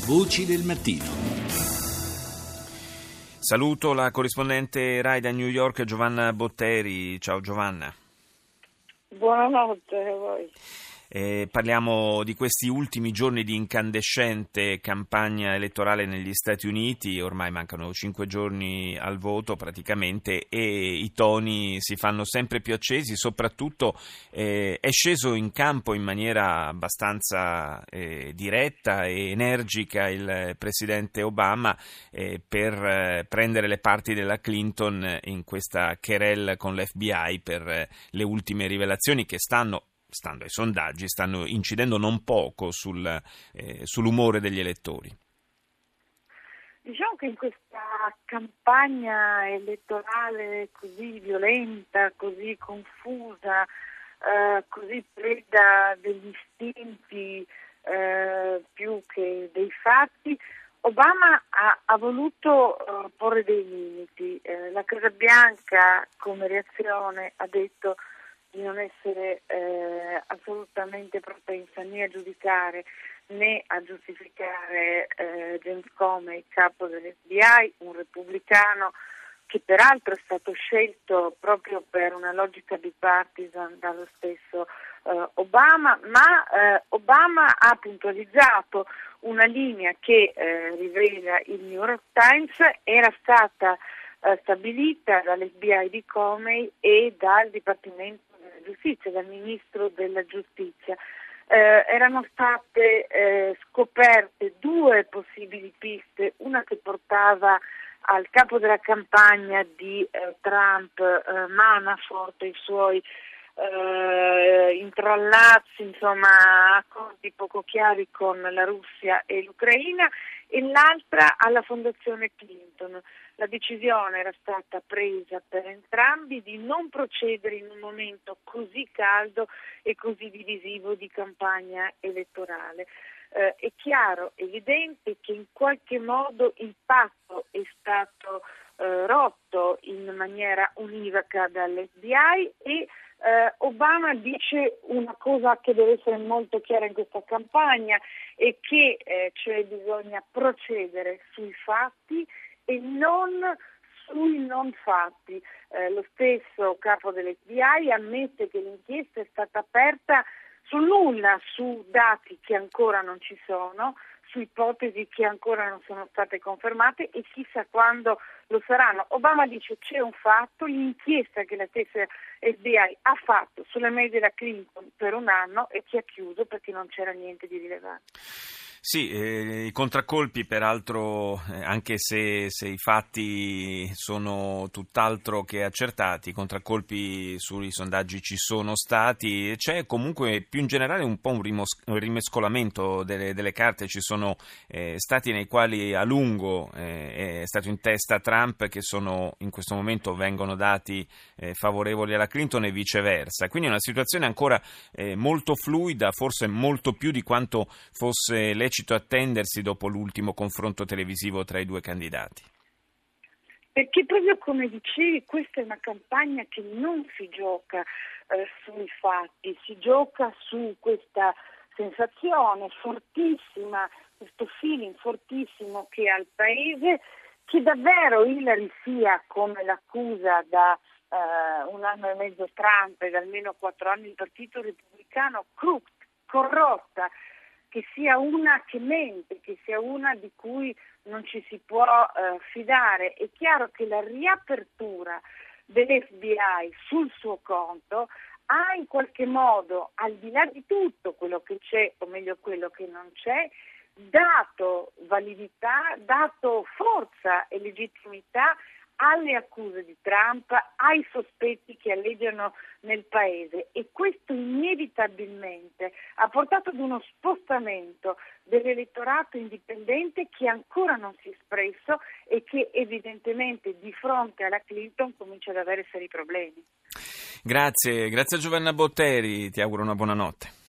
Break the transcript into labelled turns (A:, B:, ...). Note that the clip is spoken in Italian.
A: Voci del mattino.
B: Saluto la corrispondente Rai da New York, Giovanna Botteri. Ciao Giovanna.
C: Buonanotte a voi.
B: Parliamo di questi ultimi giorni di incandescente campagna elettorale negli Stati Uniti. Ormai mancano 5 giorni al voto praticamente e i toni si fanno sempre più accesi. Soprattutto è sceso in campo in maniera abbastanza diretta e energica il presidente Obama per prendere le parti della Clinton in questa querelle con l'FBI per le ultime rivelazioni che stando ai sondaggi, stanno incidendo non poco sull'umore degli elettori.
C: Diciamo che in questa campagna elettorale così violenta, così confusa, così preda degli istinti più che dei fatti, Obama ha voluto porre dei limiti. La Casa Bianca come reazione ha detto di non essere assolutamente propensa né a giudicare né a giustificare James Comey, capo dell'FBI, un repubblicano che peraltro è stato scelto proprio per una logica bipartisan dallo stesso Obama, ma Obama ha puntualizzato una linea che rivela il New York Times era stata stabilita dall'FBI di Comey e dal Dipartimento della Giustizia, dal Ministro della Giustizia. Erano state scoperte due possibili piste, una che portava al capo della campagna di Trump, Manafort, e i suoi intrallazzi, insomma, accordi poco chiari con la Russia e l'Ucraina, e l'altra alla Fondazione Clinton. La decisione era stata presa per entrambi di non procedere in un momento così caldo e così divisivo di campagna elettorale. È chiaro, evidente che in qualche modo il patto è stato rotto in maniera univoca dall'FBI e Obama dice una cosa che deve essere molto chiara in questa campagna e che cioè bisogna procedere sui fatti e non sui non fatti. Lo stesso capo dell'FBI ammette che l'inchiesta è stata aperta sul nulla, su dati che ancora non ci sono, su ipotesi che ancora non sono state confermate e chissà quando lo saranno. Obama dice c'è un fatto, l'inchiesta che la stessa FBI ha fatto sulle mail della Clinton per un anno e che ha chiuso perché non c'era niente di rilevante.
B: Sì, i contraccolpi peraltro, anche se i fatti sono tutt'altro che accertati, i contraccolpi sui sondaggi ci sono stati, c'è comunque più in generale un po' un rimescolamento delle carte, ci sono stati nei quali a lungo è stato in testa Trump che in questo momento vengono dati favorevoli alla Clinton e viceversa, quindi è una situazione ancora molto fluida, forse molto più di quanto fosse lecito attendersi dopo l'ultimo confronto televisivo tra i due candidati.
C: Perché proprio come dicevi, questa è una campagna che non si gioca sui fatti, si gioca su questa sensazione fortissima, questo feeling fortissimo che ha il Paese, che davvero Hillary sia, come l'accusa da un anno e mezzo Trump e da almeno 4 anni il Partito Repubblicano, corrotta, che sia una che mente, che sia una di cui non ci si può fidare. È chiaro che la riapertura dell'FBI sul suo conto ha in qualche modo, al di là di tutto quello che c'è, o meglio quello che non c'è, dato validità, dato forza e legittimità alle accuse di Trump, ai sospetti che alleggiano nel Paese, e questo inevitabilmente ha portato ad uno spostamento dell'elettorato indipendente che ancora non si è espresso e che evidentemente di fronte alla Clinton comincia ad avere seri problemi.
B: Grazie a Giovanna Botteri, ti auguro una buona notte.